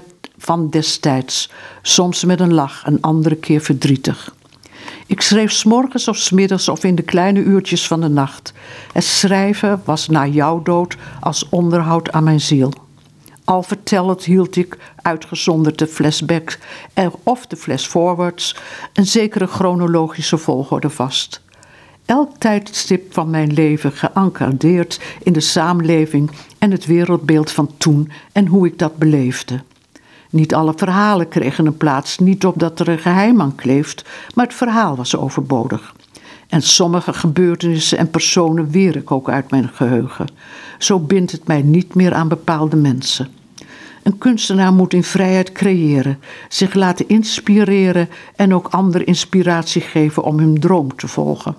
van destijds, soms met een lach, een andere keer verdrietig. Ik schreef 's morgens of 's middags of in de kleine uurtjes van de nacht. Het schrijven was na jouw dood als onderhoud aan mijn ziel. Al vertellend hield ik, uitgezonderd de flashback of de flashforwards, een zekere chronologische volgorde vast. Elk tijdstip van mijn leven geëncardeerd in de samenleving en het wereldbeeld van toen en hoe ik dat beleefde. Niet alle verhalen kregen een plaats, niet opdat er een geheim aan kleeft, maar het verhaal was overbodig. En sommige gebeurtenissen en personen weer ik ook uit mijn geheugen. Zo bindt het mij niet meer aan bepaalde mensen. Een kunstenaar moet in vrijheid creëren, zich laten inspireren en ook anderen inspiratie geven om hun droom te volgen.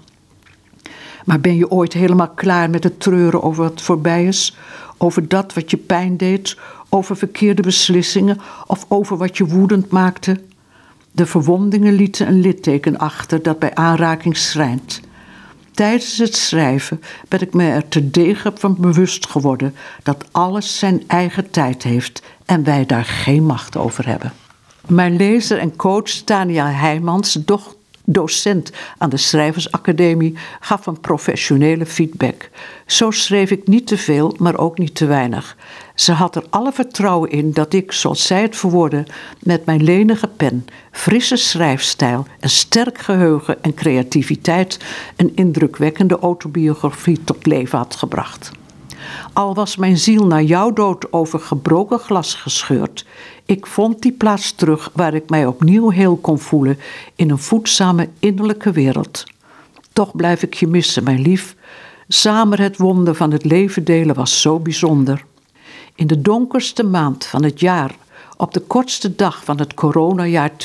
Maar ben je ooit helemaal klaar met het treuren over wat voorbij is? Over dat wat je pijn deed? Over verkeerde beslissingen? Of over wat je woedend maakte? De verwondingen lieten een litteken achter dat bij aanraking schrijnt. Tijdens het schrijven ben ik me er terdege van bewust geworden dat alles zijn eigen tijd heeft en wij daar geen macht over hebben. Mijn lezer en coach Tania Heijmans, docent aan de Schrijversacademie, gaf een professionele feedback. Zo schreef ik niet te veel, maar ook niet te weinig. Ze had er alle vertrouwen in dat ik, zoals zij het verwoordde, met mijn lenige pen, frisse schrijfstijl, een sterk geheugen en creativiteit een indrukwekkende autobiografie tot leven had gebracht. Al was mijn ziel na jouw dood over gebroken glas gescheurd, ik vond die plaats terug waar ik mij opnieuw heel kon voelen in een voedzame innerlijke wereld. Toch blijf ik je missen, mijn lief. Samen het wonder van het leven delen was zo bijzonder. In de donkerste maand van het jaar, op de kortste dag van het coronajaar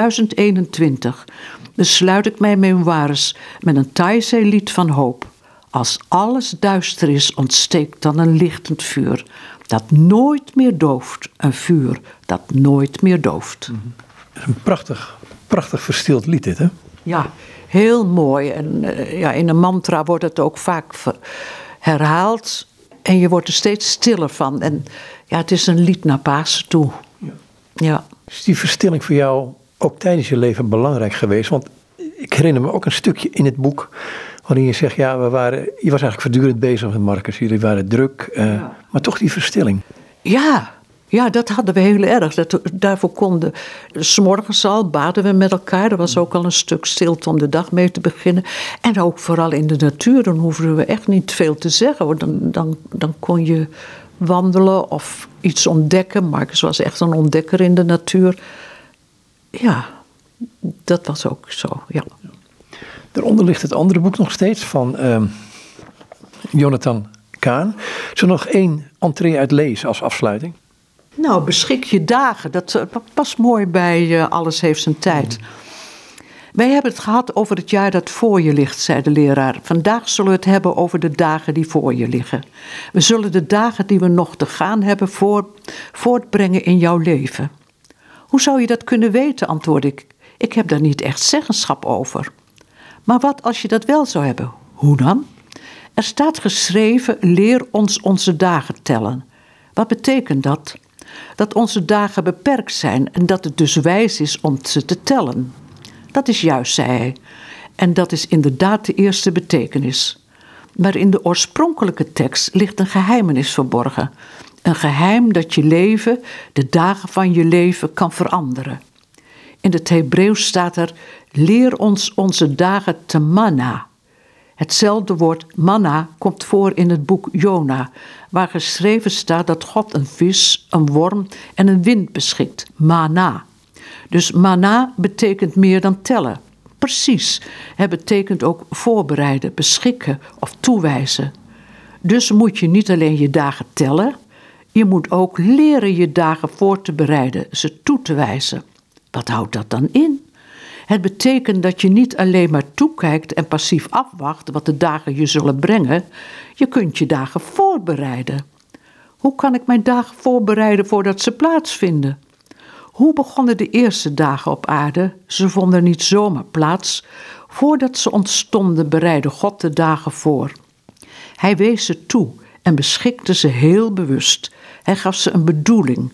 2021, besluit ik mijn memoires met een Taizé-lied van hoop. Als alles duister is, ontsteekt dan een lichtend vuur dat nooit meer dooft. Een vuur dat nooit meer dooft. Dat is een prachtig verstild lied dit, hè? Ja, heel mooi. En in een mantra wordt het ook vaak herhaald. En je wordt er steeds stiller van. En ja, het is een lied naar Pasen toe. Ja. Is die verstilling voor jou ook tijdens je leven belangrijk geweest? Want ik herinner me ook een stukje in het boek waarin je zegt, je was eigenlijk voortdurend bezig met Marcus. Jullie waren druk, maar toch die verstilling. Ja, dat hadden we heel erg. Daarvoor konden, 's morgens al baden we met elkaar. Er was ook al een stuk stilte om de dag mee te beginnen. En ook vooral in de natuur, dan hoefden we echt niet veel te zeggen. Dan kon je wandelen of iets ontdekken. Marcus was echt een ontdekker in de natuur. Ja, dat was ook zo, ja. Daaronder ligt het andere boek nog steeds van Jonathan Kaan. Is er nog 1 entree uit lezen als afsluiting? Nou, beschik je dagen. Dat past mooi bij Alles heeft zijn tijd. Wij hebben het gehad over het jaar dat voor je ligt, zei de leraar. Vandaag zullen we het hebben over de dagen die voor je liggen. We zullen de dagen die we nog te gaan hebben voortbrengen in jouw leven. Hoe zou je dat kunnen weten, antwoord ik. Ik heb daar niet echt zeggenschap over. Maar wat als je dat wel zou hebben? Hoe dan? Er staat geschreven, leer ons onze dagen tellen. Wat betekent dat? Dat onze dagen beperkt zijn en dat het dus wijs is om ze te tellen. Dat is juist, zei hij. En dat is inderdaad de eerste betekenis. Maar in de oorspronkelijke tekst ligt een geheimenis verborgen. Een geheim dat je leven, de dagen van je leven, kan veranderen. In het Hebreeuws staat er, leer ons onze dagen te manna. Hetzelfde woord manna komt voor in het boek Jona, waar geschreven staat dat God een vis, een worm en een wind beschikt. Manna. Dus manna betekent meer dan tellen. Precies. Het betekent ook voorbereiden, beschikken of toewijzen. Dus moet je niet alleen je dagen tellen, je moet ook leren je dagen voor te bereiden, ze toe te wijzen. Wat houdt dat dan in? Het betekent dat je niet alleen maar toekijkt en passief afwacht wat de dagen je zullen brengen. Je kunt je dagen voorbereiden. Hoe kan ik mijn dagen voorbereiden voordat ze plaatsvinden? Hoe begonnen de eerste dagen op aarde? Ze vonden niet zomaar plaats. Voordat ze ontstonden bereidde God de dagen voor. Hij wees ze toe en beschikte ze heel bewust. Hij gaf ze een bedoeling.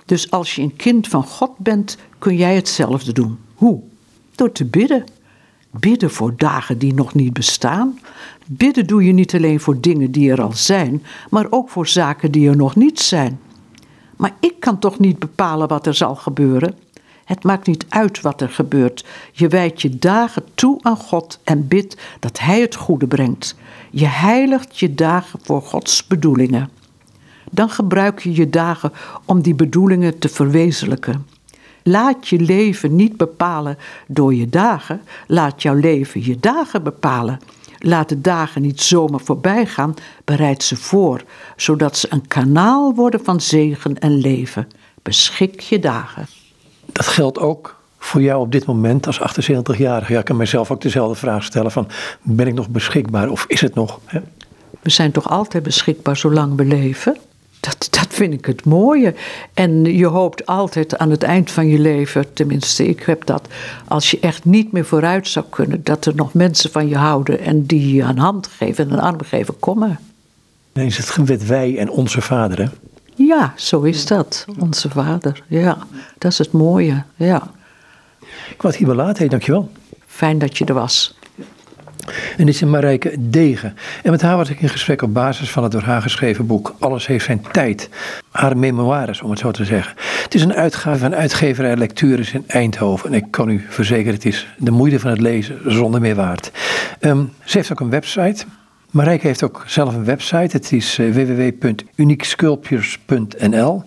Dus als je een kind van God bent, kun jij hetzelfde doen. Hoe? Door te bidden. Bidden voor dagen die nog niet bestaan. Bidden doe je niet alleen voor dingen die er al zijn, maar ook voor zaken die er nog niet zijn. Maar ik kan toch niet bepalen wat er zal gebeuren? Het maakt niet uit wat er gebeurt. Je wijdt je dagen toe aan God en bidt dat Hij het goede brengt. Je heiligt je dagen voor Gods bedoelingen. Dan gebruik je je dagen om die bedoelingen te verwezenlijken. Laat je leven niet bepalen door je dagen. Laat jouw leven je dagen bepalen. Laat de dagen niet zomaar voorbij gaan. Bereid ze voor, zodat ze een kanaal worden van zegen en leven. Beschik je dagen. Dat geldt ook voor jou op dit moment als 78-jarige. Ja, ik kan mezelf ook dezelfde vraag stellen van, ben ik nog beschikbaar of is het nog? Hè? We zijn toch altijd beschikbaar zolang we leven? Dat vind ik het mooie. En je hoopt altijd aan het eind van je leven, tenminste ik heb dat, als je echt niet meer vooruit zou kunnen, dat er nog mensen van je houden en die je een hand geven en een arm geven, komen. Dan is het gebed wij en onze Vader, hè? Ja, zo is dat. Onze Vader, ja. Dat is het mooie, ja. Ik wou het hierbij laten, hey, dankjewel. Fijn dat je er was. En dit is Marijke Degen. En met haar was ik in gesprek op basis van het door haar geschreven boek Alles heeft zijn tijd. Haar memoires, om het zo te zeggen. Het is een uitgave van uitgeverij Lectures in Eindhoven. En ik kan u verzekeren, het is de moeite van het lezen zonder meer waard. Ze heeft ook een website. Marijke heeft ook zelf een website. Het is www.uniquesculptures.nl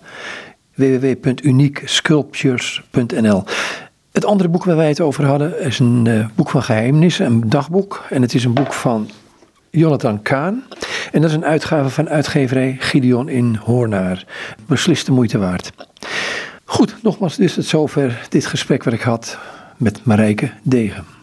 www.uniquesculptures.nl. Het andere boek waar wij het over hadden is een boek van geheimnissen, een dagboek. En het is een boek van Jonathan Kaan. En dat is een uitgave van uitgeverij Gideon in Hoornaar. Beslist de moeite waard. Goed, nogmaals, dus het zover dit gesprek wat ik had met Marijke Degen.